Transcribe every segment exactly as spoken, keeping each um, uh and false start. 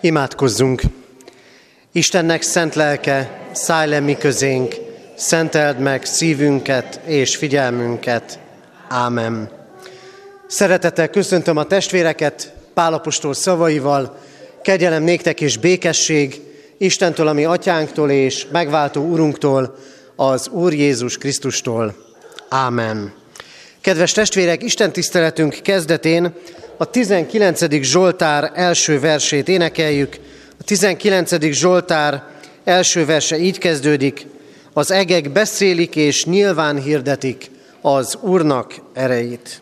Imádkozzunk! Istennek szent lelke, szállj le mi közénk, szenteld meg szívünket és figyelmünket. Ámen. Szeretettel köszöntöm a testvéreket Pál apostol szavaival, kegyelem néktek és békesség Istentől, a mi atyánktól és megváltó Urunktól, az Úr Jézus Krisztustól. Ámen. Kedves testvérek, Isten tiszteletünk kezdetén a tizenkilencedik Zsoltár első versét énekeljük. A tizenkilencedik Zsoltár első verse így kezdődik: az egek beszélik és nyilván hirdetik az Úrnak erejét.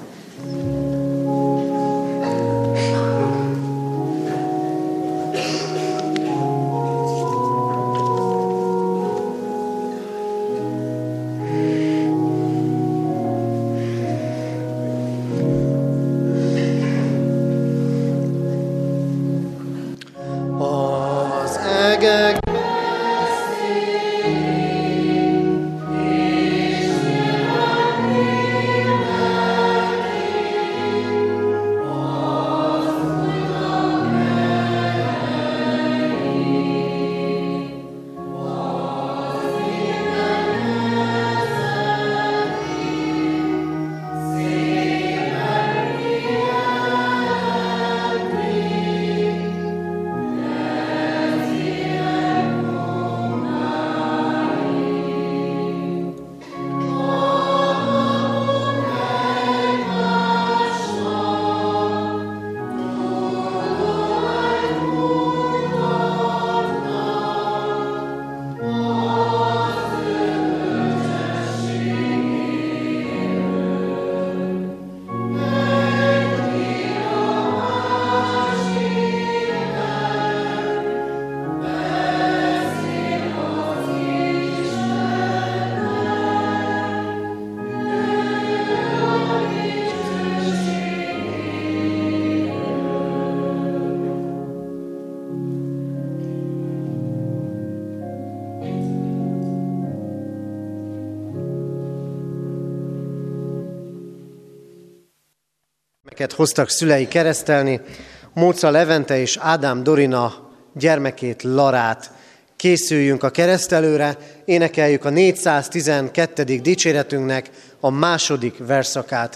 Hoztak szülei keresztelni, Móca Levente és Ádám Dorina gyermekét, Larát. Készüljünk a keresztelőre, énekeljük a négyszáztizenkettedik dicséretünknek a második verszakát.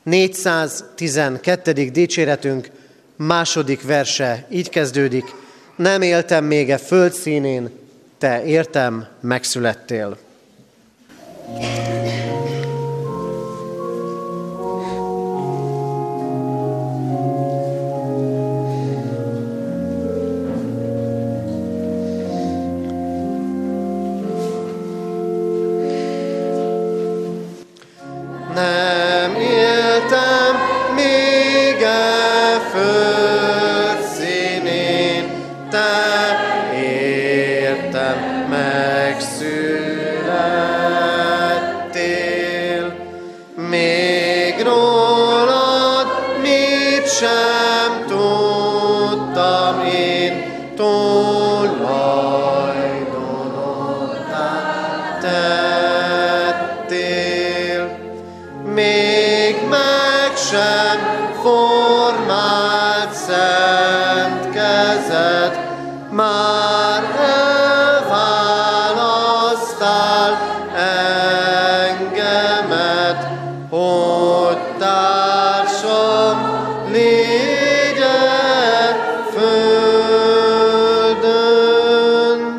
négyszáztizenkettedik dicséretünk második verse így kezdődik: nem éltem még e föld színén, te értem megszülettél. Nem éltem még e föld színén, te értem megszülettél. Még rólad mit sem tudtam én, tulajdonoddá tettél. Még meg sem formált szent kezed, már elválasztál engemet, hogy társam légyek földön.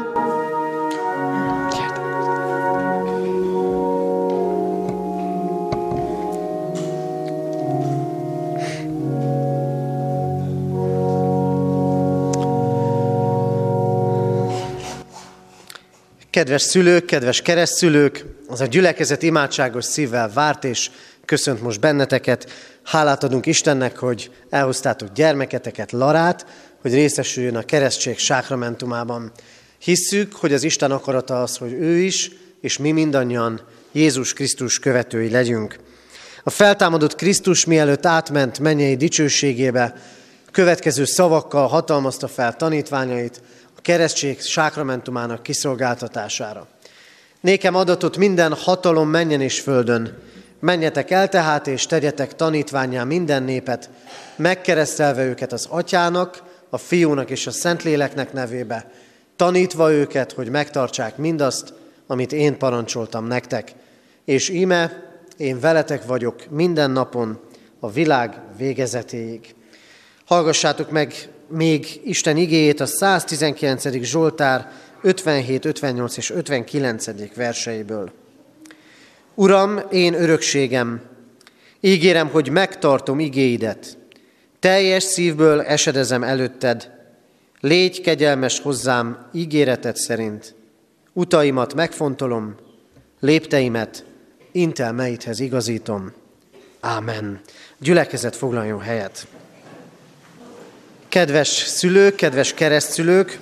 Kedves szülők, kedves keresztszülők, az a gyülekezet imádságos szívvel várt és köszönt most benneteket. Hálát adunk Istennek, hogy elhoztátok gyermeketeket, Larát, hogy részesüljön a keresztség sákramentumában. Hisszük, hogy az Isten akarata az, hogy ő is, és mi mindannyian Jézus Krisztus követői legyünk. A feltámadott Krisztus mielőtt átment mennyei dicsőségébe, következő szavakkal hatalmazta fel tanítványait a keresztség sákramentumának kiszolgáltatására. Nékem adatot minden hatalom mennyen és földön. Menjetek el tehát, és tegyetek tanítvánnyá minden népet, megkeresztelve őket az Atyának, a Fiúnak és a Szentléleknek nevébe, tanítva őket, hogy megtartsák mindazt, amit én parancsoltam nektek. És íme, én veletek vagyok minden napon, a világ végezetéig. Hallgassátok meg még Isten igéjét a száztizenkilencedik Zsoltár ötvenhét, ötvennyolc és ötvenkilencedik verseiből. Uram, én örökségem, ígérem, hogy megtartom igéidet. Teljes szívből esedezem előtted. Légy kegyelmes hozzám ígéreted szerint. Utaimat megfontolom, lépteimet intelmeidhez igazítom. Ámen. Gyülekezet foglaljon helyet. Kedves szülők, kedves keresztszülők,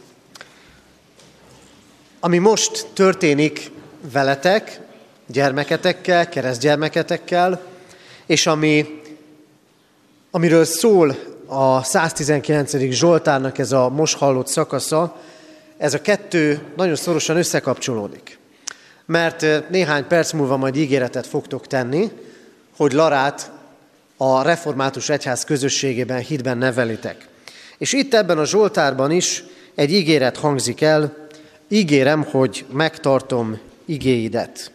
ami most történik veletek, gyermeketekkel, keresztgyermeketekkel, és ami, amiről szól a száztizenkilencedik Zsoltárnak ez a most hallott szakasza, ez a kettő nagyon szorosan összekapcsolódik. Mert néhány perc múlva majd ígéretet fogtok tenni, hogy Larát a református egyház közösségében, hitben nevelitek. És itt ebben a Zsoltárban is egy ígéret hangzik el, ígérem, hogy megtartom igéidet.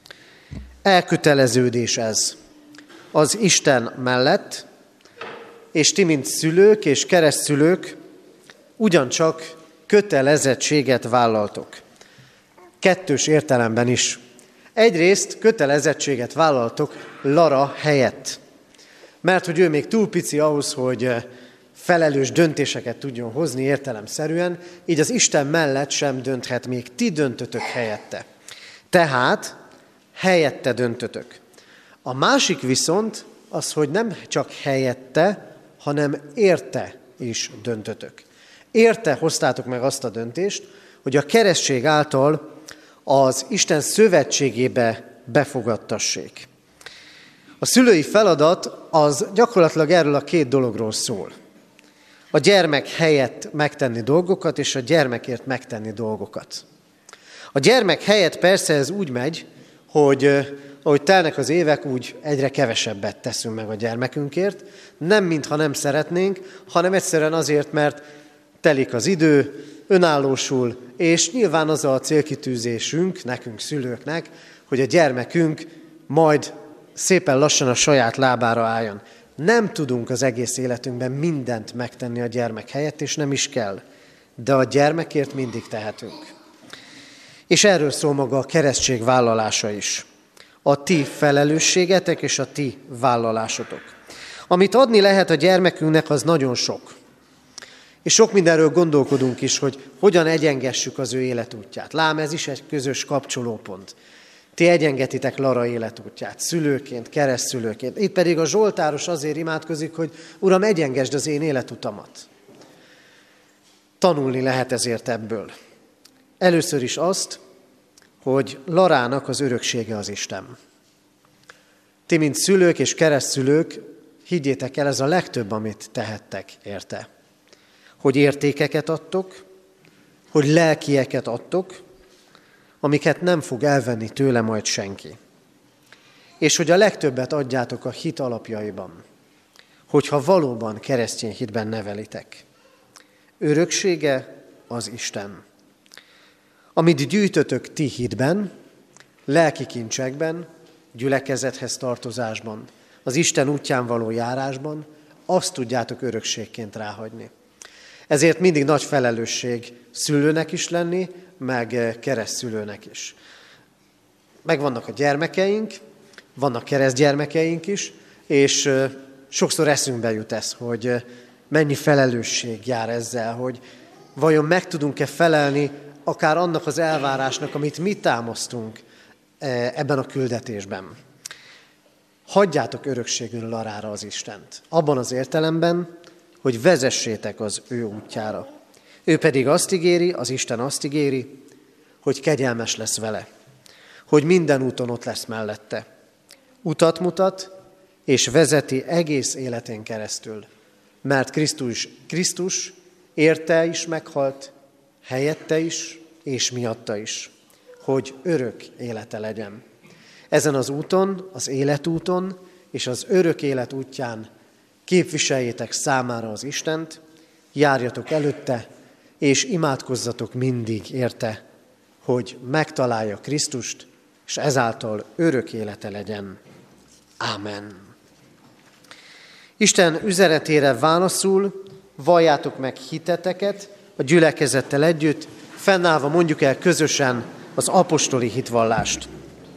Elköteleződés ez az Isten mellett, és ti, mint szülők és keresztszülők, ugyancsak kötelezettséget vállaltok. Kettős értelemben is. Egyrészt kötelezettséget vállaltok Lara helyett, mert hogy ő még túl pici ahhoz, hogy felelős döntéseket tudjon hozni értelemszerűen, így az Isten mellett sem dönthet, még ti döntötök helyette. Tehát helyette döntötök. A másik viszont az, hogy nem csak helyette, hanem érte is döntötök. Érte hoztátok meg azt a döntést, hogy a keresztség által az Isten szövetségébe befogadtassék. A szülői feladat az gyakorlatilag erről a két dologról szól. A gyermek helyett megtenni dolgokat, és a gyermekért megtenni dolgokat. A gyermek helyett persze ez úgy megy, hogy ahogy telnek az évek, úgy egyre kevesebbet teszünk meg a gyermekünkért. Nem mintha nem szeretnénk, hanem egyszerűen azért, mert telik az idő, önállósul, és nyilván az a célkitűzésünk, nekünk szülőknek, hogy a gyermekünk majd szépen lassan a saját lábára álljon. Nem tudunk az egész életünkben mindent megtenni a gyermek helyett, és nem is kell. De a gyermekért mindig tehetünk. És erről szól maga a keresztség vállalása is. A ti felelősségetek és a ti vállalásotok. Amit adni lehet a gyermekünknek, az nagyon sok. És sok mindenről gondolkodunk is, hogy hogyan egyengessük az ő életútját. Lám, ez is egy közös kapcsolópont. Ti egyengetitek Lara életútját, szülőként, keresztszülőként. Itt pedig a zsoltáros azért imádkozik, hogy Uram, egyengesd az én életutamat. Tanulni lehet ezért ebből. Először is azt, hogy Larának az öröksége az Isten. Ti, mint szülők és keresztszülők, higgyétek el, ez a legtöbb, amit tehettek érte. Hogy értékeket adtok, hogy lelkieket adtok, amiket nem fog elvenni tőle majd senki. És hogy a legtöbbet adjátok a hit alapjaiban, hogyha valóban keresztény hitben nevelitek. Öröksége az Isten. Amit gyűjtötök ti hitben, lelki kincsekben, gyülekezethez tartozásban, az Isten útján való járásban, azt tudjátok örökségként ráhagyni. Ezért mindig nagy felelősség szülőnek is lenni, meg keresztszülőnek is. Megvannak a gyermekeink, vannak keresztgyermekeink is, és sokszor eszünkbe jut ez, hogy mennyi felelősség jár ezzel, hogy vajon meg tudunk-e felelni akár annak az elvárásnak, amit mi támasztunk ebben a küldetésben. Hagyjátok örökségül Larára az Istent. Abban az értelemben, hogy vezessétek az ő útjára. Ő pedig azt ígéri, az Isten azt ígéri, hogy kegyelmes lesz vele, hogy minden úton ott lesz mellette. Utat mutat, és vezeti egész életén keresztül, mert Krisztus, Krisztus érte is meghalt, helyette is, és miatta is, hogy örök élete legyen. Ezen az úton, az életúton és az örök élet útján képviseljétek számára az Istent, járjatok előtte, és imádkozzatok mindig érte, hogy megtalálja Krisztust, és ezáltal örök élete legyen. Ámen. Isten üzenetére válaszul valljátok meg hiteteket a gyülekezettel együtt, fennállva mondjuk el közösen az apostoli hitvallást.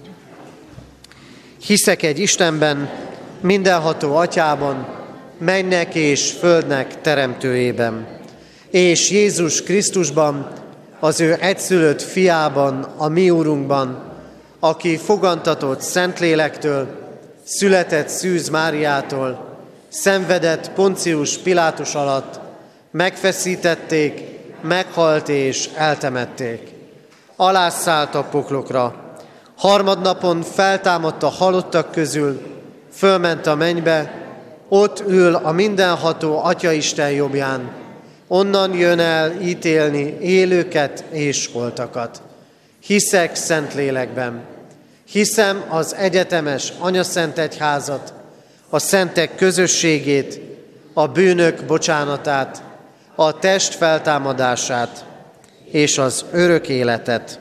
Hiszek egy Istenben, mindenható Atyában, mennek és földnek teremtőjében, és Jézus Krisztusban, az ő egyszülött fiában, a mi Urunkban, aki fogantatott Szentlélektől, született Szűz Máriától, szenvedett Poncius Pilátus alatt, megfeszítették, meghalt és eltemették. Alászállt a poklokra, harmadnapon feltámadt a halottak közül, fölment a mennybe, ott ül a mindenható Atyaisten jobbján, onnan jön el ítélni élőket és holtakat. Hiszek Szentlélekben, hiszem az egyetemes Anyaszent Egyházat, a szentek közösségét, a bűnök bocsánatát, a test feltámadását és az örök életet.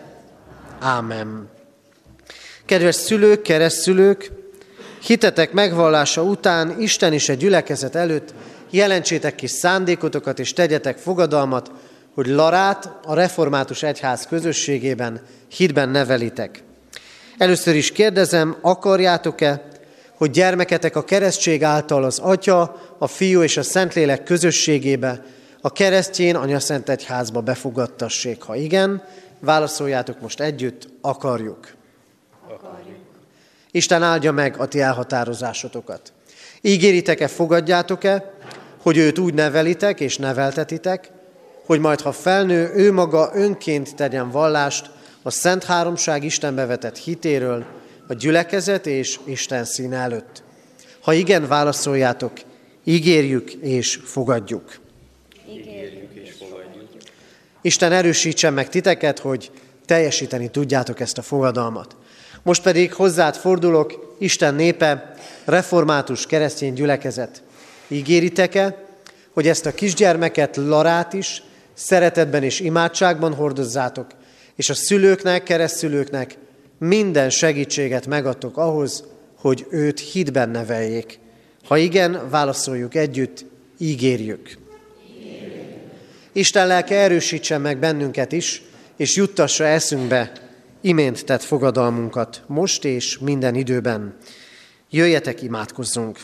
Ámen. Kedves szülők, keresztszülők, hitetek megvallása után Isten és a gyülekezet előtt jelentsétek ki szándékotokat és tegyetek fogadalmat, hogy Larát a református egyház közösségében hitben nevelitek. Először is kérdezem, akarjátok-e, hogy gyermeketek a keresztség által az Atya, a Fiú és a Szentlélek közösségébe, a keresztjén Anyaszent Egyházba befogadtassék? Ha igen, válaszoljátok most együtt, akarjuk. Akarjuk. Isten áldja meg a ti elhatározásotokat. Ígéritek-e, fogadjátok-e, hogy őt úgy nevelitek és neveltetitek, hogy majd, ha felnő, ő maga önként tegyen vallást a Szent Háromság Istenbe vetett hitéről, a gyülekezet és Isten színe előtt? Ha igen, válaszoljátok, ígérjük és fogadjuk. Ígérjük és fogadjuk. Isten erősítsen meg titeket, hogy teljesíteni tudjátok ezt a fogadalmat. Most pedig hozzád fordulok, Isten népe, református keresztény gyülekezet. Ígéritek-e, hogy ezt a kisgyermeket, Larát is szeretetben és imádságban hordozzátok, és a szülőknek, keresztszülőknek minden segítséget megadtok ahhoz, hogy őt hitben neveljék? Ha igen, válaszoljuk együtt, ígérjük. ígérjük. Isten lelke erősítsen meg bennünket is, és juttassa eszünkbe imént tett fogadalmunkat, most és minden időben. Jöjjetek, imádkozzunk!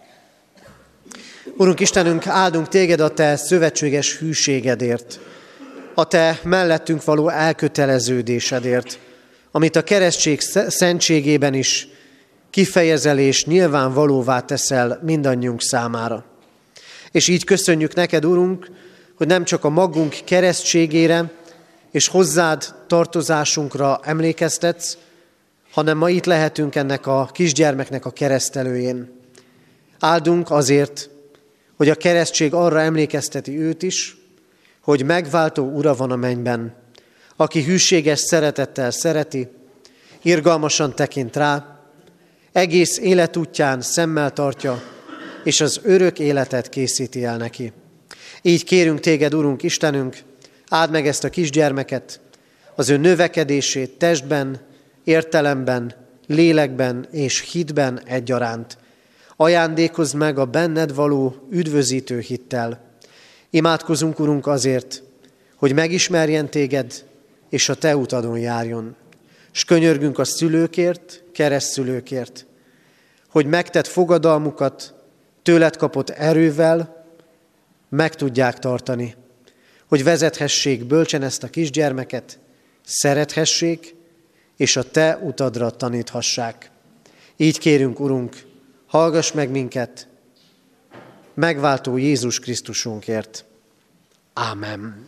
Urunk Istenünk, áldunk téged a te szövetséges hűségedért, a te mellettünk való elköteleződésedért, amit a keresztség szentségében is kifejezel és nyilvánvalóvá teszel mindannyiunk számára. És így köszönjük neked, Urunk, hogy nem csak a magunk keresztségére és hozzád tartozásunkra emlékeztetsz, hanem ma itt lehetünk ennek a kisgyermeknek a keresztelőjén. Áldunk azért, hogy a keresztség arra emlékezteti őt is, hogy megváltó Ura van a mennyben, aki hűséges szeretettel szereti, irgalmasan tekint rá, egész életútján szemmel tartja, és az örök életet készíti el neki. Így kérünk téged, Urunk Istenünk, áld meg ezt a kisgyermeket, az ő növekedését testben, értelemben, lélekben és hitben egyaránt. Ajándékozd meg a benned való üdvözítő hittel. Imádkozunk, Urunk, azért, hogy megismerjen téged, és a te utadon járjon. S könyörgünk a szülőkért, keresztszülőkért, hogy megtett fogadalmukat tőled kapott erővel meg tudják tartani, hogy vezethessék bölcsen ezt a kisgyermeket, szerethessék, és a te utadra taníthassák. Így kérünk, Urunk, hallgass meg minket, megváltó Jézus Krisztusunkért. Ámen.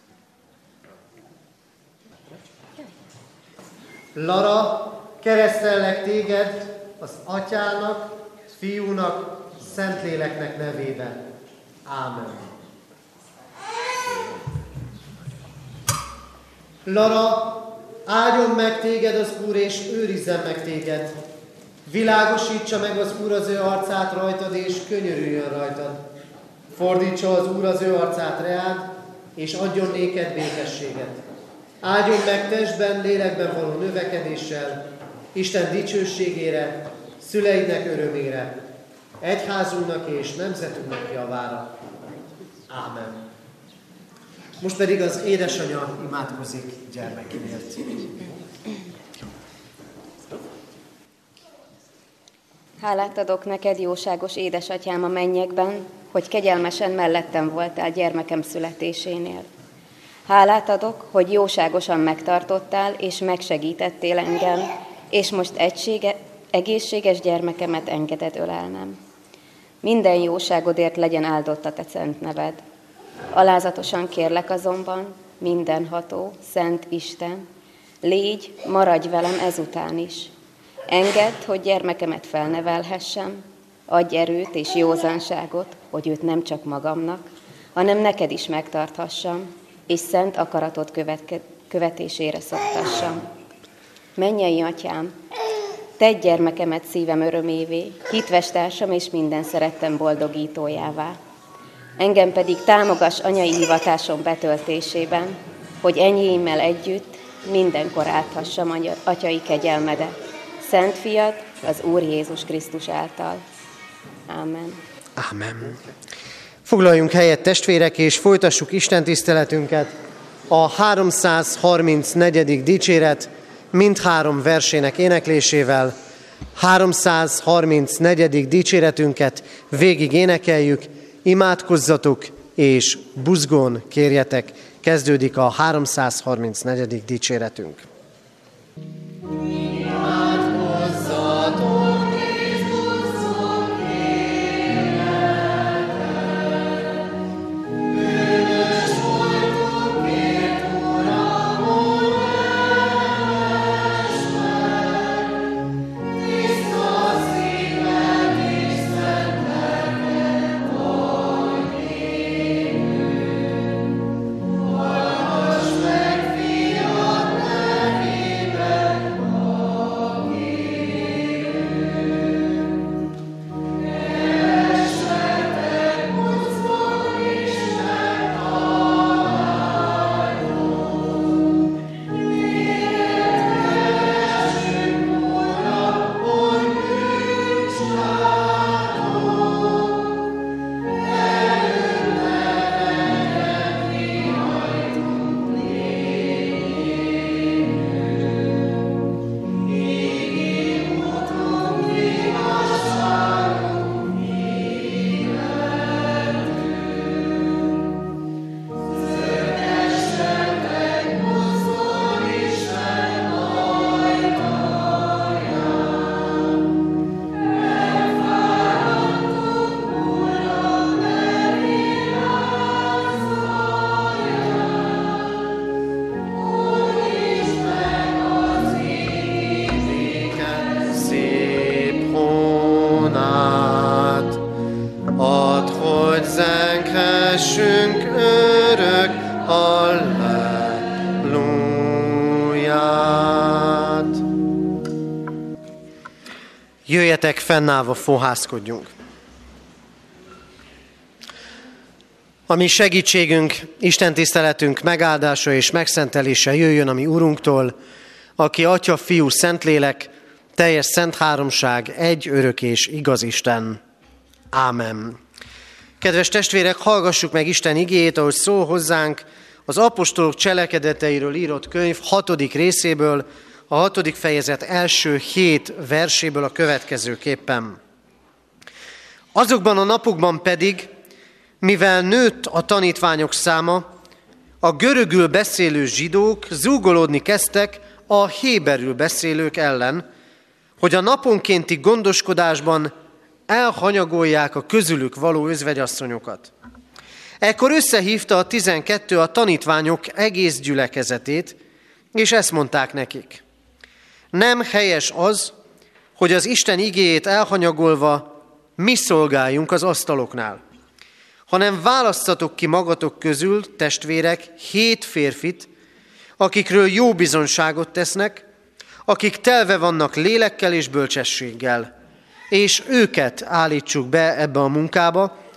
Lara, keresztellek téged az Atyának, Fiúnak, Szentléleknek nevében. Ámen. Lara, áldjon meg téged az Úr, és őrizzen meg téged. Világosítsa meg az Úr az ő arcát rajtad, és könyörüljön rajtad. Fordítsa az Úr az ő arcát reád, és adjon néked békességet. Áldjon meg testben, lélekben való növekedéssel, Isten dicsőségére, szüleidnek örömére, egyházunknak és nemzetünknek javára. Ámen. Most pedig az édesanya imádkozik gyermekéért. Hálát adok neked, jóságos édesatyám a mennyekben, hogy kegyelmesen mellettem voltál gyermekem születésénél. Hálát adok, hogy jóságosan megtartottál és megsegítettél engem, és most egysége, egészséges gyermekemet engeded ölelnem. Minden jóságodért legyen áldott a te szent neved. Alázatosan kérlek azonban, mindenható, szent Isten, légy, maradj velem ezután is. Engedd, hogy gyermekemet felnevelhessem, adj erőt és józanságot, hogy őt nem csak magamnak, hanem neked is megtarthassam, és szent akaratod követke, követésére szoktassam. Mennyei atyám, tedd gyermekemet szívem örömévé, hitves társam és minden szerettem boldogítójává. Engem pedig támogass anyai hivatásom betöltésében, hogy enyémmel együtt mindenkor áthassam atyai kegyelmedet. Szent fiad, az Úr Jézus Krisztus által. Ámen. Ámen. Foglaljunk helyet, testvérek, és folytassuk Isten tiszteletünket a háromszázharmincnegyedik dicséret mindhárom versének éneklésével. háromszázharmincnegyedik dicséretünket végig énekeljük, imádkozzatok és buzgón kérjetek. Kezdődik a háromszázharmincnegyedik dicséretünk. Jöjjetek, fennállva fohászkodjunk. A mi segítségünk, Isten tiszteletünk megáldása és megszentelése jöjjön a mi Urunktól, aki Atya, Fiú, Szentlélek, teljes szent háromság, egy örök és igaz Isten. Ámen. Kedves testvérek, hallgassuk meg Isten igéjét, ahogy szól hozzánk az apostolok cselekedeteiről írott könyv hatodik részéből, a hatodik fejezet első hét verséből a következőképpen. Azokban a napokban pedig, mivel nőtt a tanítványok száma, a görögül beszélő zsidók zúgolódni kezdtek a héberül beszélők ellen, hogy a naponkénti gondoskodásban elhanyagolják a közülük való özvegyasszonyokat. Ekkor összehívta a tizenkettő a tanítványok egész gyülekezetét, és ezt mondták nekik: nem helyes az, hogy az Isten igéjét elhanyagolva mi szolgáljunk az asztaloknál, hanem választatok ki magatok közül, testvérek, hét férfit, akikről jó bizonságot tesznek, akik telve vannak lélekkel és bölcsességgel, és őket állítsuk be ebbe a munkába,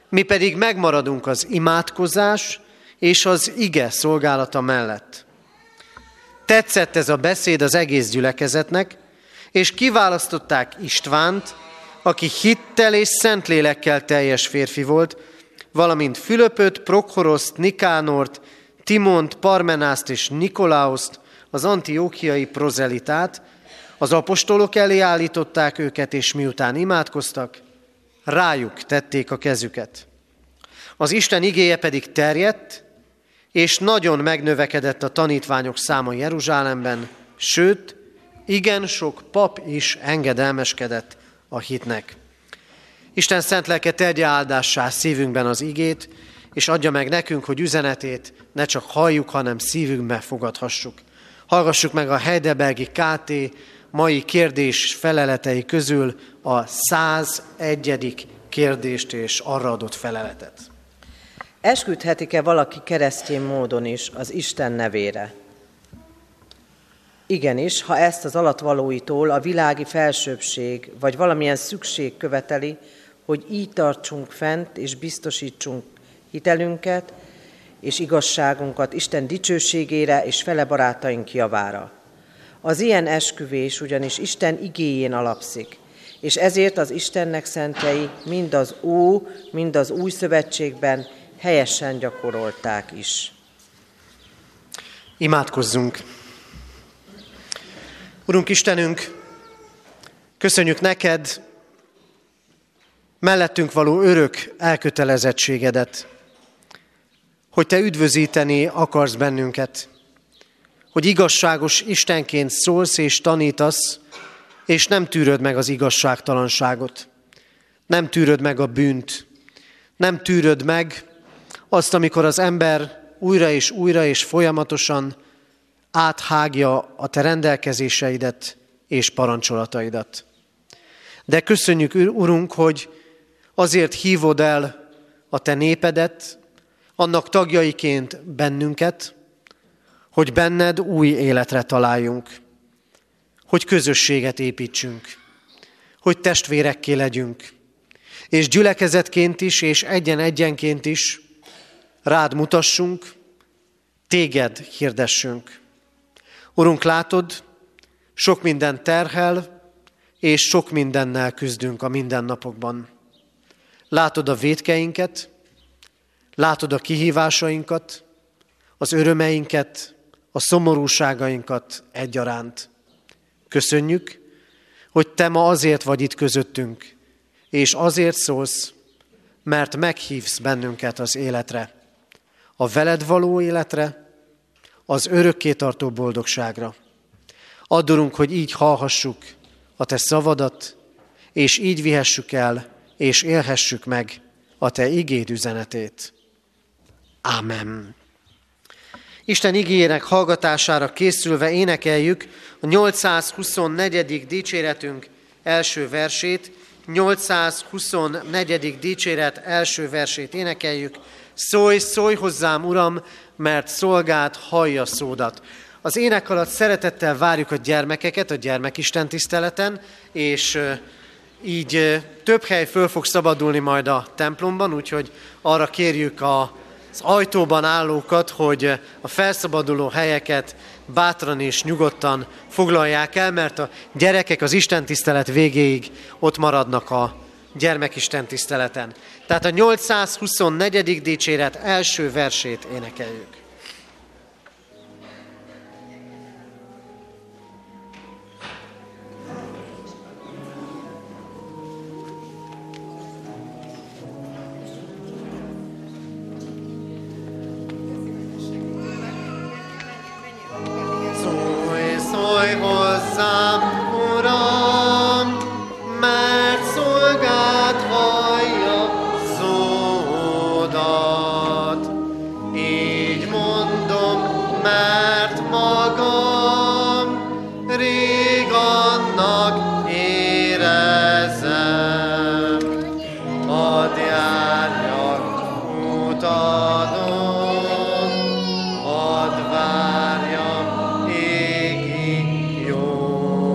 mi pedig megmaradunk az imádkozás és az ige szolgálata mellett. Tetszett ez a beszéd az egész gyülekezetnek, és kiválasztották Istvánt, aki hittel és szentlélekkel teljes férfi volt, valamint Fülöpöt, Prokhoroszt, Nikánort, Timont, Parmenászt és Nikolauszt, az antiókiai prozelitát. Az apostolok elé állították őket, és miután imádkoztak, rájuk tették a kezüket. Az Isten igéje pedig terjedt, és nagyon megnövekedett a tanítványok száma Jeruzsálemben, sőt, igen sok pap is engedelmeskedett a hitnek. Isten szent lelke tegye áldássá szívünkben az igét, és adja meg nekünk, hogy üzenetét ne csak halljuk, hanem szívünkbe fogadhassuk. Hallgassuk meg a Heidelbergi ká té mai kérdés feleletei közül a százegyedik kérdést és arra adott feleletet. Esküdhetik-e valaki keresztény módon is az Isten nevére? Igenis, ha ezt az alatvalóitól a világi felsőbbség vagy valamilyen szükség követeli, hogy így tartsunk fent és biztosítsunk hitelünket és igazságunkat Isten dicsőségére és fele barátaink javára. Az ilyen esküvés ugyanis Isten igéjén alapszik, és ezért az Istennek szentjei mind az Ó, mind az Új Szövetségben helyesen gyakorolták is. Imádkozzunk! Urunk Istenünk, köszönjük neked mellettünk való örök elkötelezettségedet, hogy te üdvözíteni akarsz bennünket, hogy igazságos Istenként szólsz és tanítasz, és nem tűröd meg az igazságtalanságot, nem tűröd meg a bűnt, nem tűröd meg azt, amikor az ember újra és újra és folyamatosan áthágja a te rendelkezéseidet és parancsolataidat. De köszönjük, Urunk, hogy azért hívod el a te népedet, annak tagjaiként bennünket, hogy benned új életre találjunk, hogy közösséget építsünk, hogy testvérekké legyünk, és gyülekezetként is, és egyen-egyenként is rád mutassunk, téged hirdessünk. Urunk, látod, sok minden terhel, és sok mindennel küzdünk a mindennapokban. Látod a vétkeinket, látod a kihívásainkat, az örömeinket, a szomorúságainkat egyaránt. Köszönjük, hogy te ma azért vagy itt közöttünk, és azért szólsz, mert meghívsz bennünket az életre, a veled való életre, az örökkétartó boldogságra. Add, Urunk, hogy így hallhassuk a te szavadat, és így vihessük el, és élhessük meg a te igéd üzenetét. Ámen. Isten igéjének hallgatására készülve énekeljük a nyolcszázhuszonnegyedik dicséretünk első versét, nyolcszázhuszonnegyedik dicséret első versét énekeljük. Szólj, szólj hozzám, Uram, mert szolgád hallja szódat. Az ének alatt szeretettel várjuk a gyermekeket a gyermekistentiszteleten, és így több hely föl fog szabadulni majd a templomban, úgyhogy arra kérjük a az ajtóban állókat, hogy a felszabaduló helyeket bátran és nyugodtan foglalják el, mert a gyerekek az istentisztelet végéig ott maradnak a gyermekistentiszteleten. Tehát a nyolcszázhuszonnegyedik dicséret első versét énekeljük. Szólj hozzám, Uram, mert szolgád hallja szódat. Így mondom, mert magam rég annak érezem. Hadd járjak utadon, hadd várjam égi jó.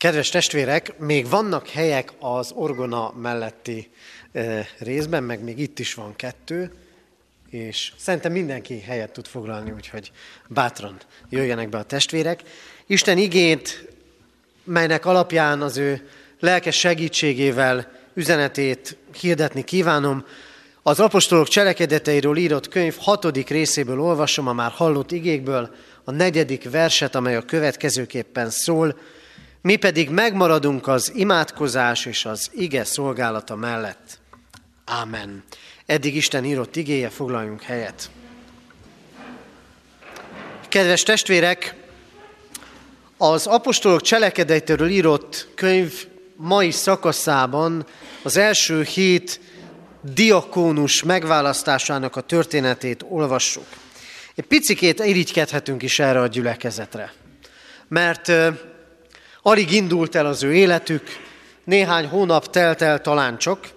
Kedves testvérek, még vannak helyek az orgona melletti részben, meg még itt is van kettő, és szerintem mindenki helyet tud foglalni, úgyhogy bátran jöjjenek be a testvérek. Isten igét, melynek alapján az ő lelkes segítségével üzenetét hirdetni kívánom, az apostolok cselekedeteiről írott könyv hatodik részéből olvasom a már hallott igékből a negyedik verset, amely a következőképpen szól: mi pedig megmaradunk az imádkozás és az ige szolgálata mellett. Ámen. Eddig Isten írott igéje, foglaljunk helyet. Kedves testvérek, az apostolok cselekedeteiről írott könyv mai szakaszában az első hét diakónus megválasztásának a történetét olvassuk. Egy picikét irigykedhetünk is erre a gyülekezetre, mert uh, alig indult el az ő életük, néhány hónap telt el talán csak,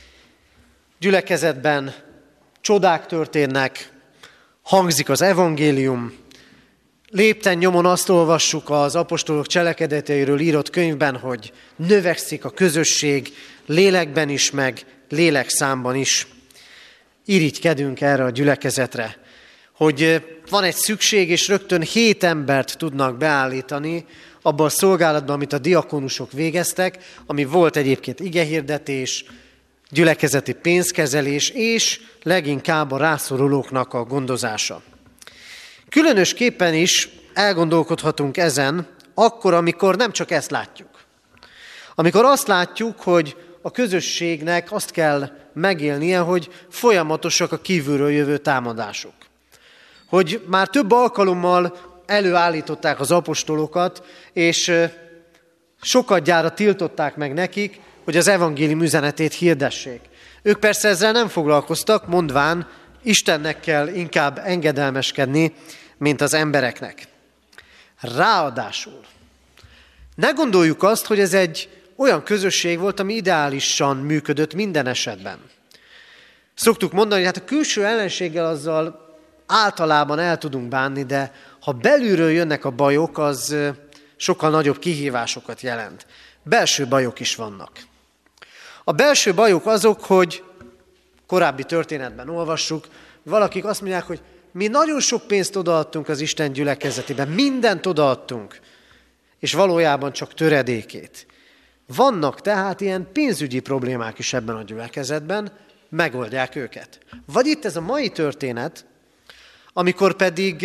gyülekezetben csodák történnek, hangzik az evangélium, lépten nyomon azt olvassuk az apostolok cselekedeteiről írott könyvben, hogy növekszik a közösség lélekben is, meg lélekszámban is. Irigykedünk erre a gyülekezetre, hogy van egy szükség, és rögtön hét embert tudnak beállítani abban a szolgálatban, amit a diakonusok végeztek, ami volt egyébként igehirdetés, gyülekezeti pénzkezelés, és leginkább a rászorulóknak a gondozása. Különösképpen is elgondolkodhatunk ezen, akkor, amikor nem csak ezt látjuk. Amikor azt látjuk, hogy a közösségnek azt kell megélnie, hogy folyamatosak a kívülről jövő támadások. Hogy már több alkalommal előállították az apostolokat, és sokadjára tiltották meg nekik, hogy az evangélium üzenetét hirdessék. Ők persze ezzel nem foglalkoztak, mondván Istennek kell inkább engedelmeskedni, mint az embereknek. Ráadásul ne gondoljuk azt, hogy ez egy olyan közösség volt, ami ideálisan működött minden esetben. Szoktuk mondani, hogy hát a külső ellenséggel azzal általában el tudunk bánni, de ha belülről jönnek a bajok, az sokkal nagyobb kihívásokat jelent. Belső bajok is vannak. A belső bajok azok, hogy korábbi történetben olvassuk, valakik azt mondják, hogy mi nagyon sok pénzt odaadtunk az Isten gyülekezetében, mindent odaadtunk, és valójában csak töredékét. Vannak tehát ilyen pénzügyi problémák is ebben a gyülekezetben, megoldják őket. Vagy itt ez a mai történet, amikor pedig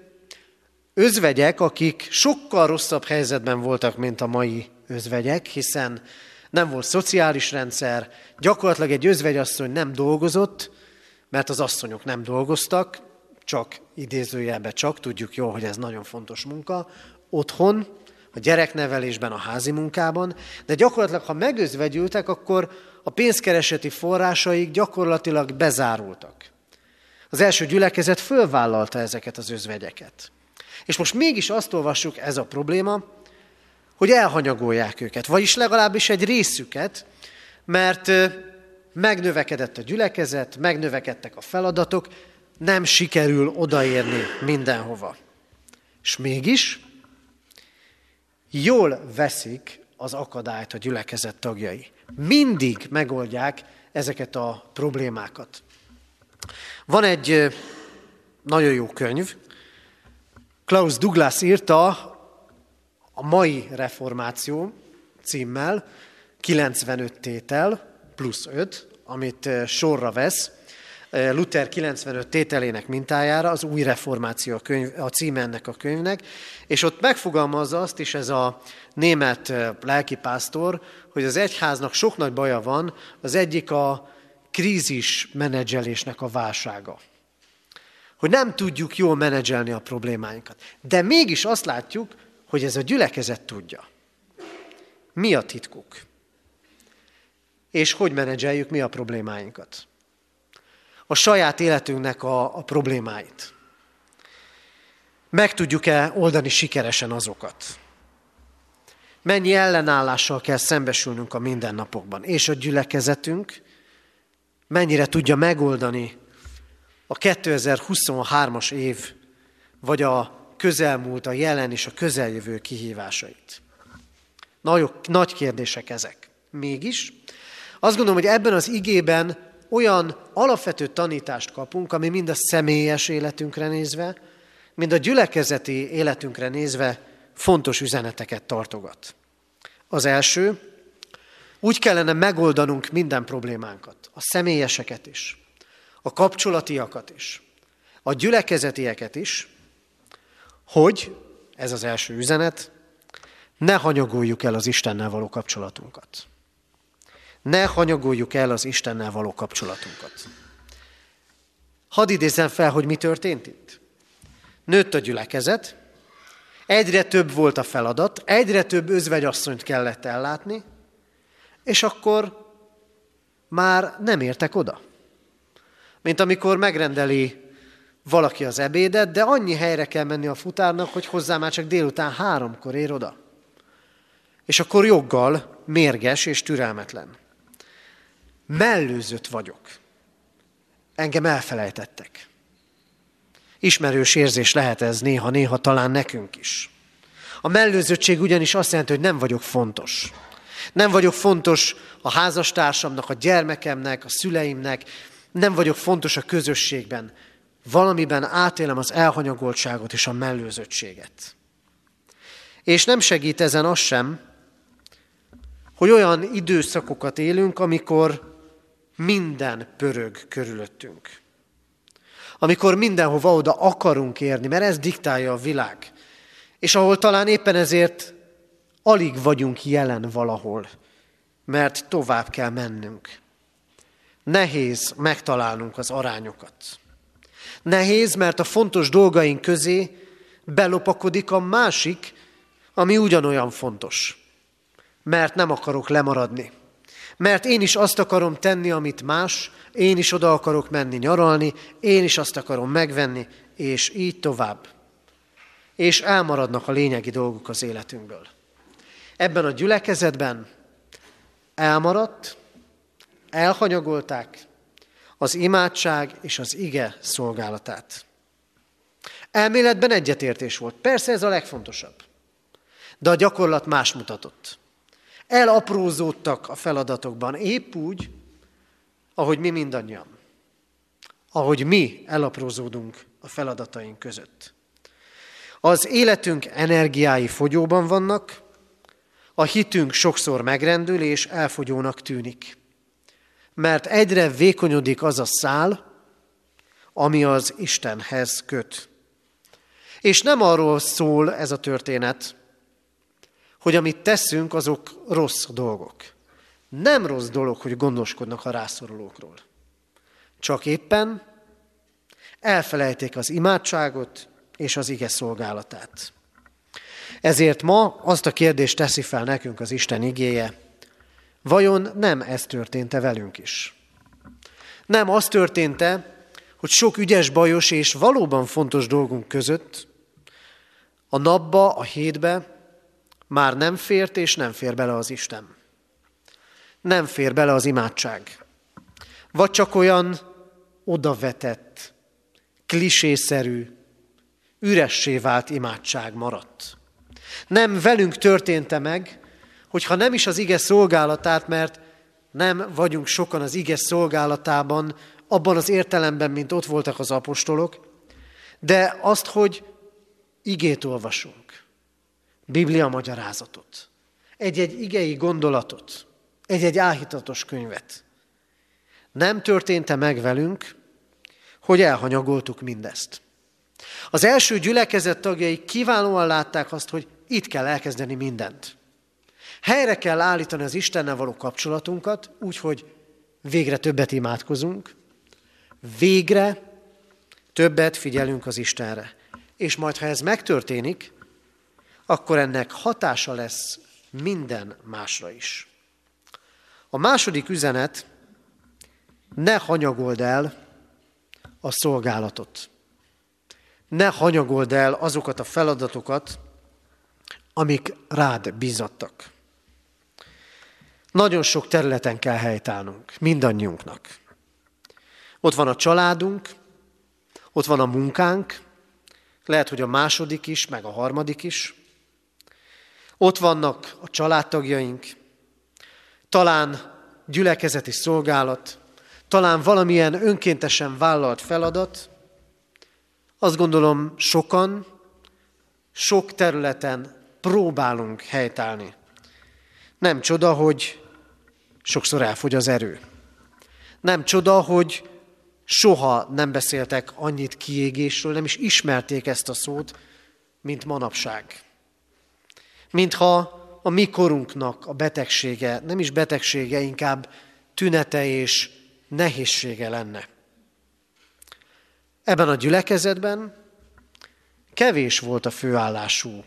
özvegyek, akik sokkal rosszabb helyzetben voltak, mint a mai özvegyek, hiszen nem volt szociális rendszer, gyakorlatilag egy özvegyasszony nem dolgozott, mert az asszonyok nem dolgoztak, csak idézőjelben csak, tudjuk jól, hogy ez nagyon fontos munka, otthon, a gyereknevelésben, a házi munkában, de gyakorlatilag, ha megözvegyültek, akkor a pénzkereseti forrásaik gyakorlatilag bezárultak. Az első gyülekezet fölvállalta ezeket az özvegyeket. És most mégis azt olvassuk, ez a probléma, hogy elhanyagolják őket, vagyis legalábbis egy részüket, mert megnövekedett a gyülekezet, megnövekedtek a feladatok, nem sikerül odaérni mindenhova. És mégis jól veszik az akadályt a gyülekezet tagjai. Mindig megoldják ezeket a problémákat. Van egy nagyon jó könyv, Klaus Douglas írta a Mai Reformáció címmel, kilencvenöt tétel plusz öt, amit sorra vesz, Luther kilencvenöt tételének mintájára, az Új Reformáció a, könyv, a címe ennek a könyvnek, és ott megfogalmazza azt is ez a német lelkipásztor, hogy az egyháznak sok nagy baja van, az egyik a krízis menedzselésnek a válsága. Hogy nem tudjuk jól menedzselni a problémáinkat. De mégis azt látjuk, hogy ez a gyülekezet tudja. Mi a titkuk? És hogy menedzseljük mi a problémáinkat? A saját életünknek a, a problémáit. Meg tudjuk-e oldani sikeresen azokat? Mennyi ellenállással kell szembesülnünk a mindennapokban? És a gyülekezetünk mennyire tudja megoldani a kétezer-huszonhármas év, vagy a közelmúlt, a jelen és a közeljövő kihívásait? Nagy, nagy kérdések ezek. Mégis azt gondolom, hogy ebben az igében olyan alapvető tanítást kapunk, ami mind a személyes életünkre nézve, mind a gyülekezeti életünkre nézve fontos üzeneteket tartogat. Az első, úgy kellene megoldanunk minden problémánkat, a személyeseket is, a kapcsolatiakat is, a gyülekezetieket is, hogy, ez az első üzenet, ne hanyagoljuk el az Istennel való kapcsolatunkat. Ne hanyagoljuk el az Istennel való kapcsolatunkat. Hadd idézzem fel, hogy mi történt itt. Nőtt a gyülekezet, egyre több volt a feladat, egyre több özvegyasszonyt kellett ellátni, és akkor már nem értek oda. Mint amikor megrendeli valaki az ebédet, de annyi helyre kell menni a futárnak, hogy hozzá már csak délután háromkor ér oda. És akkor joggal mérges és türelmetlen. Mellőzött vagyok. Engem elfelejtettek. Ismerős érzés lehet ez néha-néha talán nekünk is. A mellőzöttség ugyanis azt jelenti, hogy nem vagyok fontos. Nem vagyok fontos a házastársamnak, a gyermekemnek, a szüleimnek, nem vagyok fontos a közösségben. Valamiben átélem az elhanyagoltságot és a mellőzöttséget. És nem segít ezen az sem, hogy olyan időszakokat élünk, amikor minden pörög körülöttünk. Amikor mindenhova oda akarunk érni, mert ez diktálja a világ. És ahol talán éppen ezért alig vagyunk jelen valahol, mert tovább kell mennünk. Nehéz megtalálnunk az arányokat. Nehéz, mert a fontos dolgaink közé belopakodik a másik, ami ugyanolyan fontos. Mert nem akarok lemaradni. Mert én is azt akarom tenni, amit más, én is oda akarok menni nyaralni, én is azt akarom megvenni, és így tovább. És elmaradnak a lényegi dolgok az életünkből. Ebben a gyülekezetben elmaradt, elhanyagolták az imádság és az ige szolgálatát. Elméletben egyetértés volt. Persze ez a legfontosabb. De a gyakorlat más mutatott. Elaprózódtak a feladatokban, épp úgy, ahogy mi mindannyian. Ahogy mi elaprózódunk a feladataink között. Az életünk energiái fogyóban vannak, a hitünk sokszor megrendül és elfogyónak tűnik. Mert egyre vékonyodik az a szál, ami az Istenhez köt. És nem arról szól ez a történet, hogy amit teszünk, azok rossz dolgok. Nem rossz dolog, hogy gondoskodnak a rászorulókról. Csak éppen elfelejték az imádságot és az ige szolgálatát. Ezért ma azt a kérdést teszi fel nekünk az Isten igéje, vajon nem ez történt-e velünk is? Nem az történt-e, hogy sok ügyes, bajos és valóban fontos dolgunk között a napba, a hétbe már nem fért és nem fér bele az Isten. Nem fér bele az imádság. Vagy csak olyan odavetett, klisészerű, üressé vált imádság maradt. Nem velünk történt-e meg, hogyha nem is az ige szolgálatát, mert nem vagyunk sokan az ige szolgálatában, abban az értelemben, mint ott voltak az apostolok, de azt, hogy igét olvasunk, Biblia magyarázatot, egy-egy igei gondolatot, egy-egy áhítatos könyvet. Nem történt-e meg velünk, hogy elhanyagoltuk mindezt? Az első gyülekezet tagjai kiválóan látták azt, hogy itt kell elkezdeni mindent. Helyre kell állítani az Istennel való kapcsolatunkat, úgyhogy végre többet imádkozunk, végre többet figyelünk az Istenre. És majd, ha ez megtörténik, akkor ennek hatása lesz minden másra is. A második üzenet, ne hanyagold el a szolgálatot. Ne hanyagold el azokat a feladatokat, amik rád bízattak. Nagyon sok területen kell helytállnunk, mindannyiunknak. Ott van a családunk, ott van a munkánk, lehet, hogy a második is, meg a harmadik is. Ott vannak a családtagjaink, talán gyülekezeti szolgálat, talán valamilyen önkéntesen vállalt feladat. Azt gondolom, sokan, sok területen próbálunk helytállni. Nem csoda, hogy sokszor elfogy az erő. Nem csoda, hogy soha nem beszéltek annyit kiégésről, nem is ismerték ezt a szót, mint manapság. Mintha a mi korunknak a betegsége, nem is betegsége, inkább tünete és nehézsége lenne. Ebben a gyülekezetben kevés volt a főállású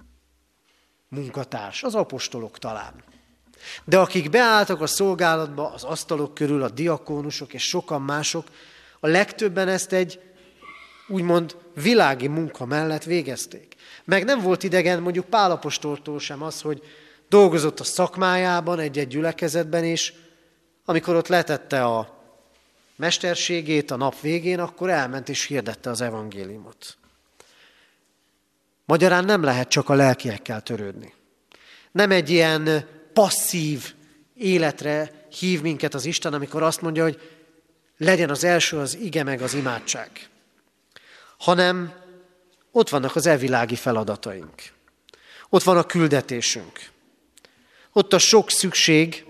munkatárs, az apostolok talán. De akik beálltak a szolgálatba, az asztalok körül, a diakónusok és sokan mások, a legtöbben ezt egy úgymond világi munka mellett végezték. Meg nem volt idegen mondjuk Pál apostoltól sem az, hogy dolgozott a szakmájában, egy-egy gyülekezetben, és amikor ott letette a mesterségét a nap végén, akkor elment és hirdette az evangéliumot. Magyarán nem lehet csak a lelkiekkel törődni. Nem egy ilyen passzív életre hív minket az Isten, amikor azt mondja, hogy legyen az első az ige meg az imádság. Hanem ott vannak az evilági feladataink. Ott van a küldetésünk. Ott a sok szükség,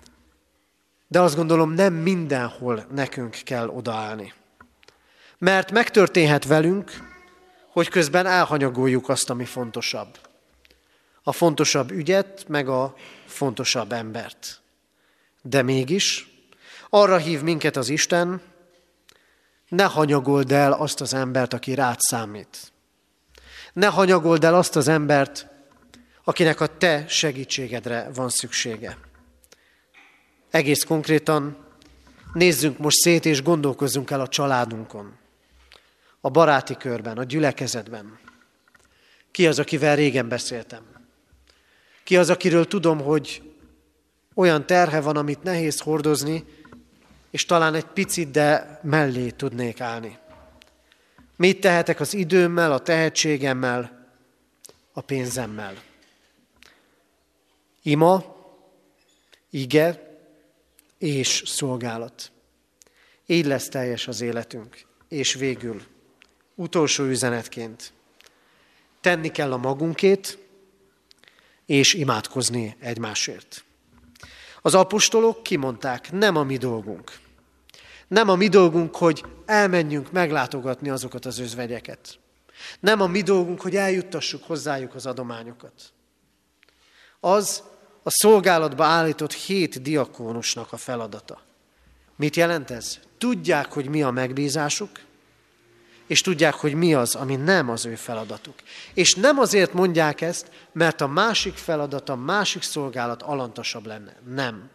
de azt gondolom, nem mindenhol nekünk kell odaállni. Mert megtörténhet velünk, hogy közben elhanyagoljuk azt, ami fontosabb. A fontosabb ügyet, meg a fontosabb embert. De mégis arra hív minket az Isten, ne hanyagold el azt az embert, aki rád számít. Ne hanyagold el azt az embert, akinek a te segítségedre van szüksége. Egész konkrétan nézzünk most szét, és gondolkozzunk el a családunkon, a baráti körben, a gyülekezetben. Ki az, akivel régen beszéltem? Ki az, akiről tudom, hogy olyan terhe van, amit nehéz hordozni, és talán egy picit, de mellé tudnék állni. Mit tehetek az időmmel, a tehetségemmel, a pénzemmel? Ima, ige és szolgálat. Így lesz teljes az életünk. És végül, utolsó üzenetként, tenni kell a magunkét, és imádkozni egymásért. Az apostolok kimondták, nem a mi dolgunk. Nem a mi dolgunk, hogy elmenjünk meglátogatni azokat az özvegyeket. Nem a mi dolgunk, hogy eljuttassuk hozzájuk az adományokat. Az a szolgálatba állított hét diakónusnak a feladata. Mit jelent ez? Tudják, hogy mi a megbízásuk, és tudják, hogy mi az, ami nem az ő feladatuk. És nem azért mondják ezt, mert a másik feladat, a másik szolgálat alantasabb lenne. Nem.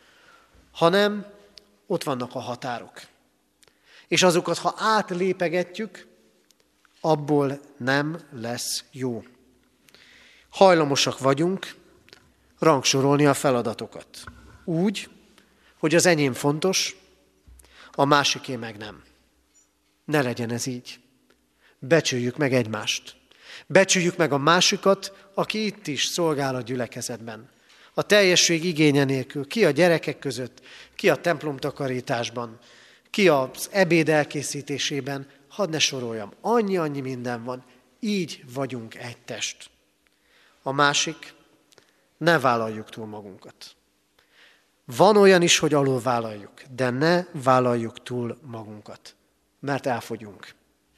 Hanem ott vannak a határok. És azokat, ha átlépegetjük, abból nem lesz jó. Hajlamosak vagyunk rangsorolni a feladatokat. Úgy, hogy az enyém fontos, a másiké meg nem. Ne legyen ez így. Becsüljük meg egymást. Becsüljük meg a másikat, aki itt is szolgál a gyülekezetben. A teljesség igénye nélkül, ki a gyerekek között, ki a templomtakarításban, ki az ebéd elkészítésében, hadd ne soroljam. Annyi-annyi minden van, így vagyunk egy test. A másik, ne vállaljuk túl magunkat. Van olyan is, hogy alul vállaljuk, de ne vállaljuk túl magunkat, mert elfogyunk.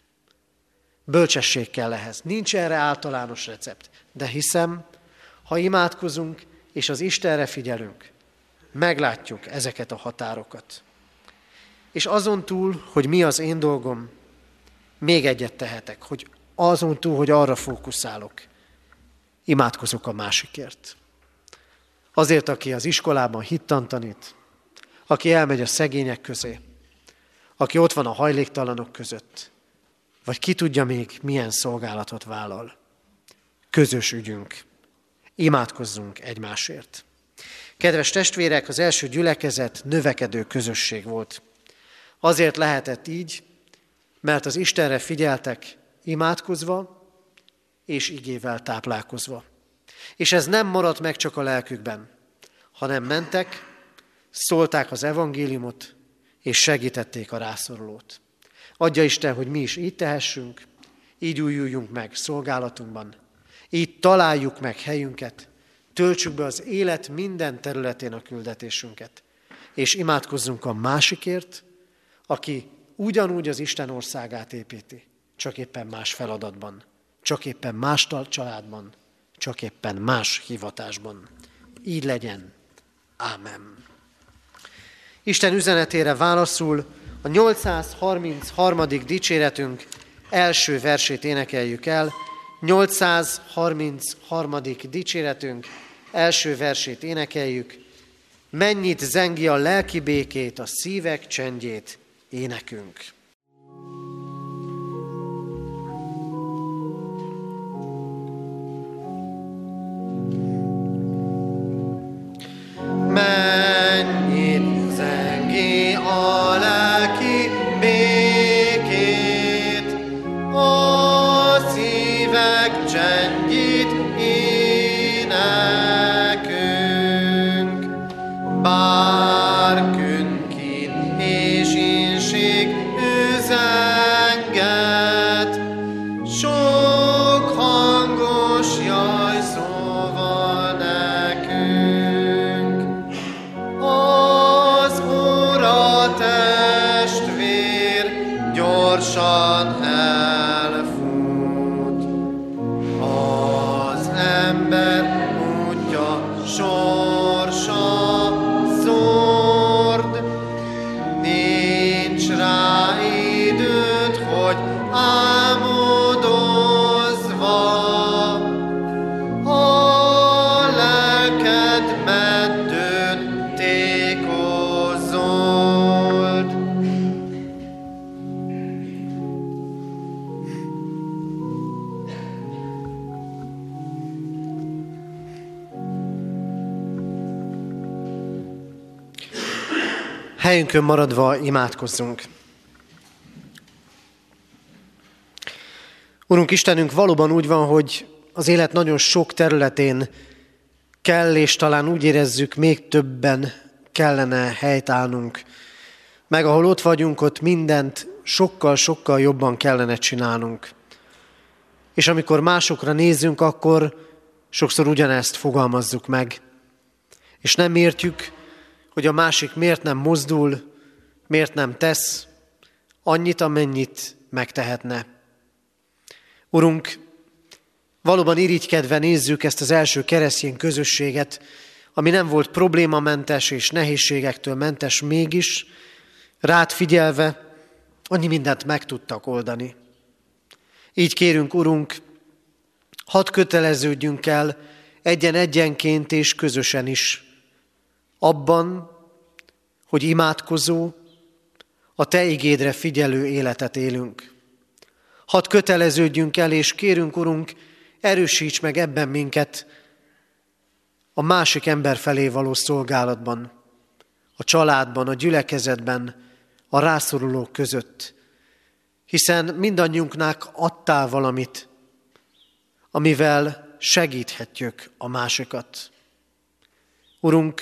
Bölcsesség kell ehhez. Nincs erre általános recept, de hiszem, ha imádkozunk és az Istenre figyelünk, meglátjuk ezeket a határokat. És azon túl, hogy mi az én dolgom, még egyet tehetek, hogy azon túl, hogy arra fókuszálok, imádkozok a másikért. Azért, aki az iskolában hittant tanít, aki elmegy a szegények közé, aki ott van a hajléktalanok között, vagy ki tudja még, milyen szolgálatot vállal. Közös ügyünk. Imádkozzunk egymásért. Kedves testvérek, az első gyülekezet növekedő közösség volt. Azért lehetett így, mert az Istenre figyeltek imádkozva és igével táplálkozva. És ez nem maradt meg csak a lelkükben, hanem mentek, szólták az evangéliumot, és segítették a rászorulót. Adja Isten, hogy mi is így tehessünk, így újuljunk meg szolgálatunkban, így találjuk meg helyünket, töltsük be az élet minden területén a küldetésünket, és imádkozzunk a másikért, aki ugyanúgy az Isten országát építi, csak éppen más feladatban, csak éppen más családban, csak éppen más hivatásban. Így legyen. Ámen. Isten üzenetére válaszul a nyolcszázharmincharmadik dicséretünk első versét énekeljük el. nyolcszázharmincharmadik dicséretünk első versét énekeljük. Mennyit zengi a lelki békét, a szívek csendjét énekünk. Mennyit zengi a lelki békét, a szívek csendjét énekünk. Bár künkin és inség üzenget, sok hangos jajszóval nekünk. Az Ura testvér gyorsan elfut, az ember útja sorsa szórd, nincs rá időt, hogy álmodozva a lelked meddőn tékozold. Helyünkön maradva imádkozzunk. Urunk Istenünk, valóban úgy van, hogy az élet nagyon sok területén kell, és talán úgy érezzük, még többen kellene helytállnunk. Meg ahol ott vagyunk, ott mindent sokkal-sokkal jobban kellene csinálnunk. És amikor másokra nézzünk, akkor sokszor ugyanezt fogalmazzuk meg. És nem értjük, hogy a másik miért nem mozdul, miért nem tesz annyit, amennyit megtehetne. Urunk, valóban irigykedve nézzük ezt az első keresztény közösséget, ami nem volt problémamentes és nehézségektől mentes, mégis rád figyelve annyi mindent meg tudtak oldani. Így kérünk, Urunk, hadd köteleződjünk el egyen-egyenként és közösen is abban, hogy imádkozó, a Te igédre figyelő életet élünk. Hadd köteleződjünk el, és kérünk, Urunk, erősíts meg ebben minket a másik ember felé való szolgálatban, a családban, a gyülekezetben, a rászorulók között, hiszen mindannyiunknak adtál valamit, amivel segíthetjük a másikat. Urunk,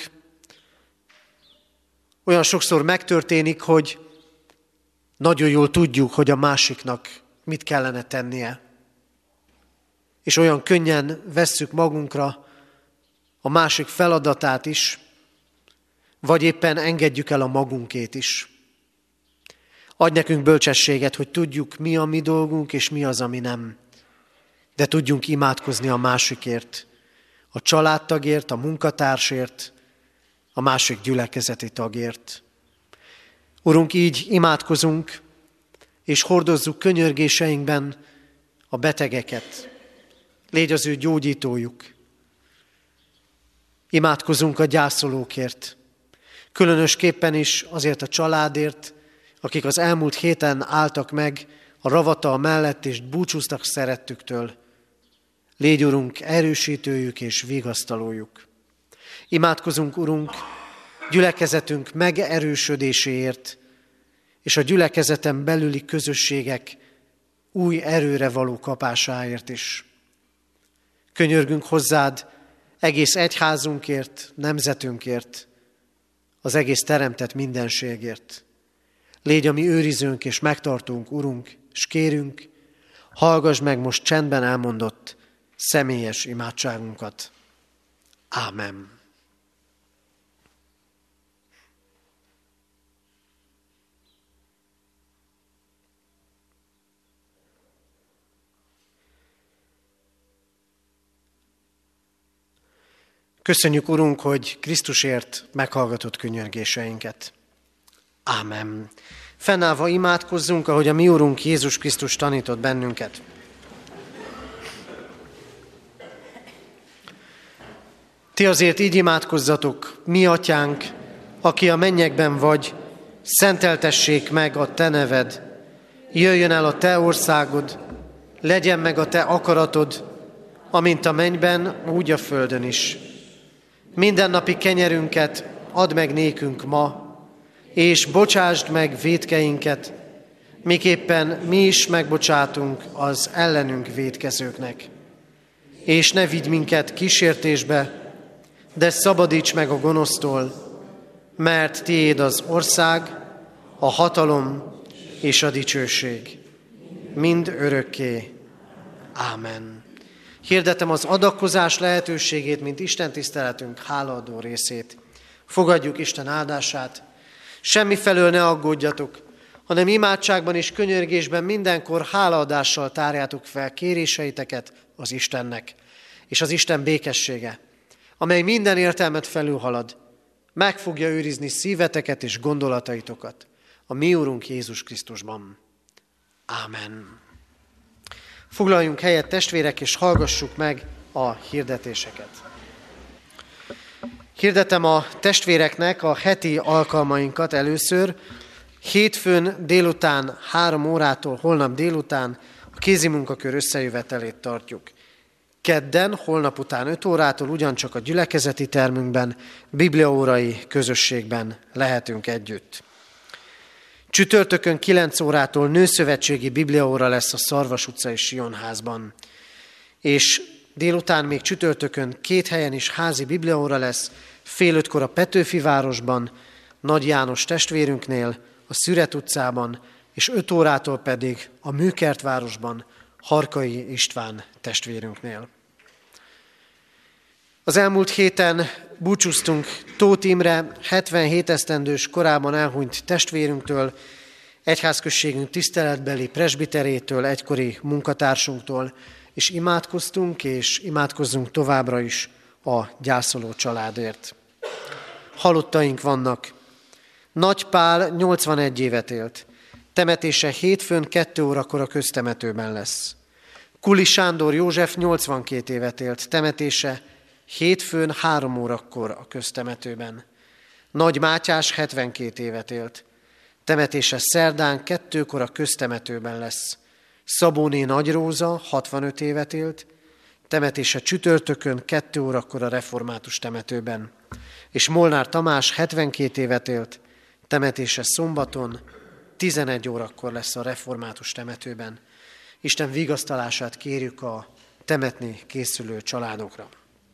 olyan sokszor megtörténik, hogy nagyon jól tudjuk, hogy a másiknak mit kellene tennie. És olyan könnyen vesszük magunkra a másik feladatát is, vagy éppen engedjük el a magunkét is. Adj nekünk bölcsességet, hogy tudjuk, mi a mi dolgunk, és mi az, ami nem. De tudjunk imádkozni a másikért, a családtagért, a munkatársért, a másik gyülekezeti tagért. Urunk, így imádkozunk, és hordozzuk könyörgéseinkben a betegeket. Légy az ő gyógyítójuk. Imádkozunk a gyászolókért. Különösképpen is azért a családért, akik az elmúlt héten álltak meg a ravatal mellett, és búcsúztak szerettüktől. Légy, Urunk, erősítőjük és vigasztalójuk. Imádkozunk, Urunk, gyülekezetünk megerősödéséért, és a gyülekezeten belüli közösségek új erőre való kapásáért is. Könyörgünk hozzád egész egyházunkért, nemzetünkért, az egész teremtett mindenségért. Légy a mi őrizőnk és megtartunk, Urunk, és kérünk, hallgass meg most csendben elmondott személyes imádságunkat. Ámen. Köszönjük, Urunk, hogy Krisztusért meghallgatott könyörgéseinket. Ámen. Fennállva imádkozzunk, ahogy a mi Urunk Jézus Krisztus tanított bennünket. Ti azért így imádkozzatok, mi atyánk, aki a mennyekben vagy, szenteltessék meg a te neved. Jöjjön el a te országod, legyen meg a te akaratod, amint a mennyben, úgy a földön is. Mindennapi kenyerünket add meg nékünk ma, és bocsásd meg vétkeinket, miképpen mi is megbocsátunk az ellenünk vétkezőknek. És ne vigy minket kísértésbe, de szabadíts meg a gonosztól, mert tiéd az ország, a hatalom és a dicsőség, mind örökké. Ámen. Hirdetem az adakozás lehetőségét, mint Isten tiszteletünk hálaadó részét. Fogadjuk Isten áldását. Semmifelől ne aggódjatok, hanem imádságban és könyörgésben mindenkor hálaadással tárjátok fel kéréseiteket az Istennek. És az Isten békessége, amely minden értelmet felülhalad, meg fogja őrizni szíveteket és gondolataitokat a mi Urunk Jézus Krisztusban. Ámen. Foglaljunk helyet, testvérek, és hallgassuk meg a hirdetéseket. Hirdetem a testvéreknek a heti alkalmainkat először. Hétfőn délután három órától holnap délután a kézimunkakör összejövetelét tartjuk. Kedden, holnap után öt órától ugyancsak a gyülekezeti termünkben, bibliaórai közösségben lehetünk együtt. Csütörtökön kilenc órától nőszövetségi bibliaóra lesz a Szarvas utcai Sionházban. És délután még csütörtökön két helyen is házi bibliaóra lesz, fél ötkor a Petőfi városban, Nagy János testvérünknél, a Szüret utcában, és öt órától pedig a Műkertvárosban, Harkai István testvérünknél. Az elmúlt héten búcsúztunk Tóth Imre, hetvenhét esztendős korában elhunyt testvérünktől, egyházközségünk tiszteletbeli presbiterétől, egykori munkatársunktól, és imádkoztunk, és imádkozzunk továbbra is a gyászoló családért. Halottaink vannak. Nagy Pál nyolcvanegy évet élt. Temetése hétfőn kettő órakor a köztemetőben lesz. Kuli Sándor József nyolcvankét évet élt. Temetése hétfőn három órakor a köztemetőben. Nagy Mátyás hetvenkét évet élt. Temetése szerdán kettőkor a köztemetőben lesz. Szabóné Nagy Róza hatvanöt évet élt. Temetése csütörtökön kettő órakor a református temetőben. És Molnár Tamás hetvenkét évet élt. Temetése szombaton tizenegy órakor lesz a református temetőben. Isten vigasztalását kérjük a temetni készülő családokra.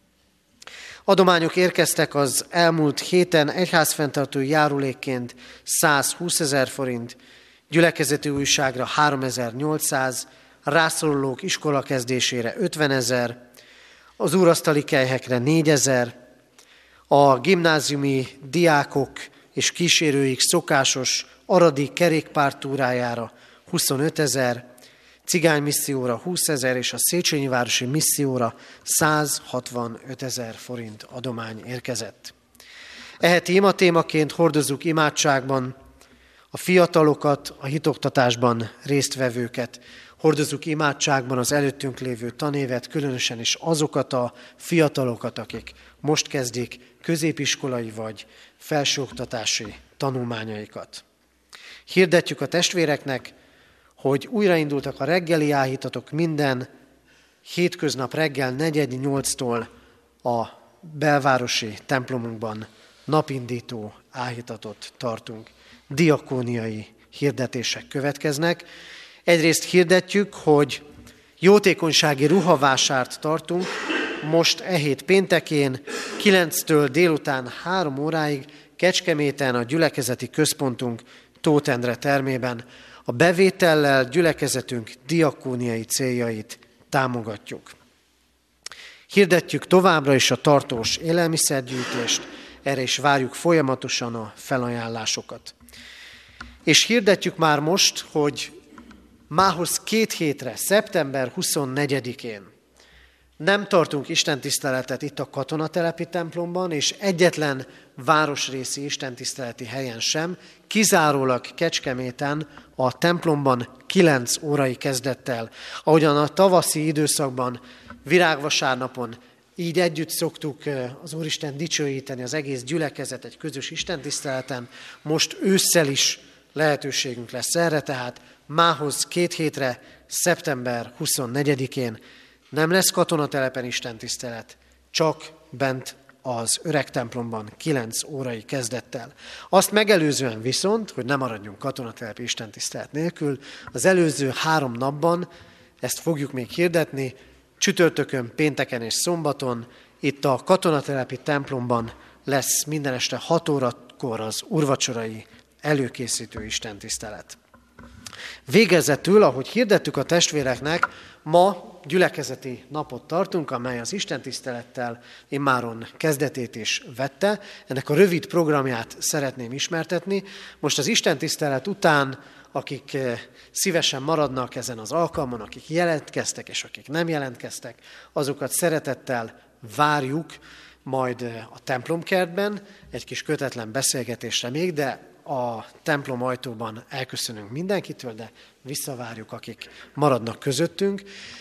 Adományok érkeztek az elmúlt héten egyházfenntartó járulékként százhúszezer forint, gyülekezeti újságra háromezer-nyolcszáz, rászorulók iskola kezdésére ötvenezer, az úrasztali kelyhekre négyezer, a gimnáziumi diákok és kísérőik szokásos aradi kerékpártúrájára huszonötezer, cigánymisszióra húszezer és a Széchenyi városi misszióra százhatvanötezer forint adomány érkezett. Eheti imatémaként hordozzuk imádságban a fiatalokat, a hitoktatásban résztvevőket, hordozzuk imádságban az előttünk lévő tanévet, különösen is azokat a fiatalokat, akik most kezdik középiskolai vagy felsőoktatási tanulmányaikat. Hirdetjük a testvéreknek, hogy újraindultak a reggeli áhítatok, minden hétköznap reggel negyed nyolctól a belvárosi templomunkban napindító áhítatot tartunk. Diakóniai hirdetések következnek. Egyrészt hirdetjük, hogy jótékonysági ruhavásárt tartunk, most e hét péntekén, kilenctől délután három óráig Kecskeméten a gyülekezeti központunk Tóth Endre termében. A bevétellel gyülekezetünk diakóniai céljait támogatjuk. Hirdetjük továbbra is a tartós élelmiszergyűjtést, erre is várjuk folyamatosan a felajánlásokat. És hirdetjük már most, hogy mához két hétre, szeptember huszonnegyedikén nem tartunk istentiszteletet itt a katonatelepi templomban, és egyetlen városrészi istentiszteleti helyen sem, kizárólag Kecskeméten a templomban kilenc órai kezdettel, ahogyan a tavaszi időszakban, virágvasárnapon így együtt szoktuk az Úristen dicsőíteni az egész gyülekezet egy közös istentiszteleten, most ősszel is lehetőségünk lesz erre, tehát mához két hétre, szeptember huszonnegyedikén nem lesz katonatelepen istentisztelet, csak bent az öreg templomban kilenc órai kezdettel. Azt megelőzően viszont, hogy nem maradjunk katonatelepi istentisztelet nélkül, az előző három napban, ezt fogjuk még hirdetni, csütörtökön, pénteken és szombaton itt a katonatelepi templomban lesz minden este hat órakor az úrvacsorai előkészítő istentisztelet. Végezetül, ahogy hirdettük a testvéreknek, ma gyülekezeti napot tartunk, amely az istentisztelettel immáron kezdetét is vette. Ennek a rövid programját szeretném ismertetni. Most az istentisztelet után, akik szívesen maradnak ezen az alkalmon, akik jelentkeztek és akik nem jelentkeztek, azokat szeretettel várjuk majd a templomkertben, egy kis kötetlen beszélgetésre még, de a templom ajtóban elköszönünk mindenkitől, de visszavárjuk, akik maradnak közöttünk.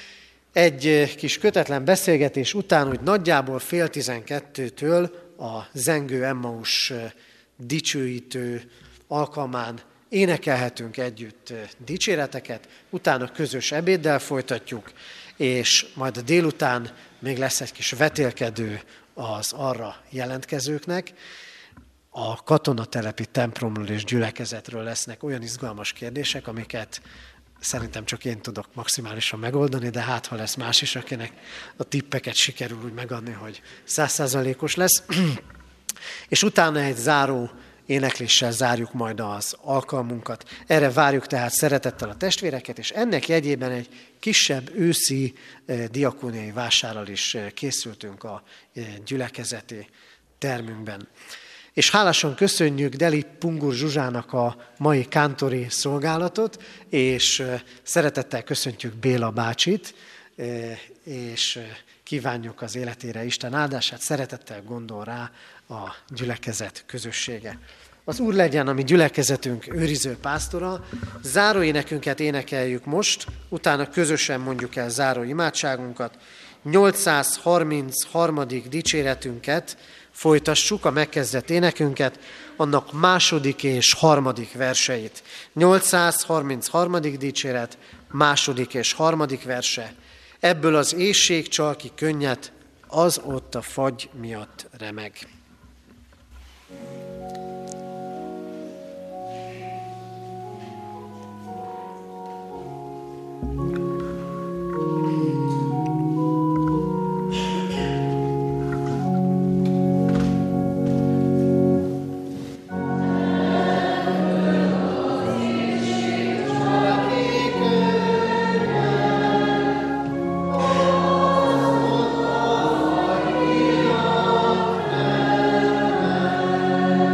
Egy kis kötetlen beszélgetés után, hogy nagyjából fél tizenkettőtől a zengő Emmaus dicsőítő alkalmán énekelhetünk együtt dicséreteket, utána közös ebéddel folytatjuk, és majd a délután még lesz egy kis vetélkedő az arra jelentkezőknek. A katonatelepi templomról és gyülekezetről lesznek olyan izgalmas kérdések, amiket szerintem csak én tudok maximálisan megoldani, de hát ha lesz más is, akinek a tippeket sikerül úgy megadni, hogy százszázalékos lesz. És utána egy záró énekléssel zárjuk majd az alkalmunkat. Erre várjuk tehát szeretettel a testvéreket, és ennek jegyében egy kisebb őszi diakóniai vásárral is készültünk a gyülekezeti termünkben. És hálásan köszönjük Deli Pungur Zsuzsának a mai kántori szolgálatot, és szeretettel köszöntjük Béla bácsit, és kívánjuk az életére Isten áldását, szeretettel gondol rá a gyülekezet közössége. Az Úr legyen a mi gyülekezetünk őriző pásztora, záróénekünket énekeljük most, utána közösen mondjuk el záró imádságunkat, nyolcszázharmincharmadik dicséretünket folytassuk, a megkezdett énekünket, annak második és harmadik verseit. nyolcszázharmincharmadik dicséret, második és harmadik verse. Ebből az éhség csalki könnyet, az ott a fagy miatt remeg. Amen.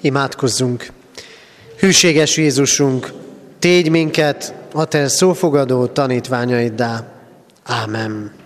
Imádkozzunk! Hűséges Jézusunk, tégy minket a te szófogadó tanítványaiddá. Ámen.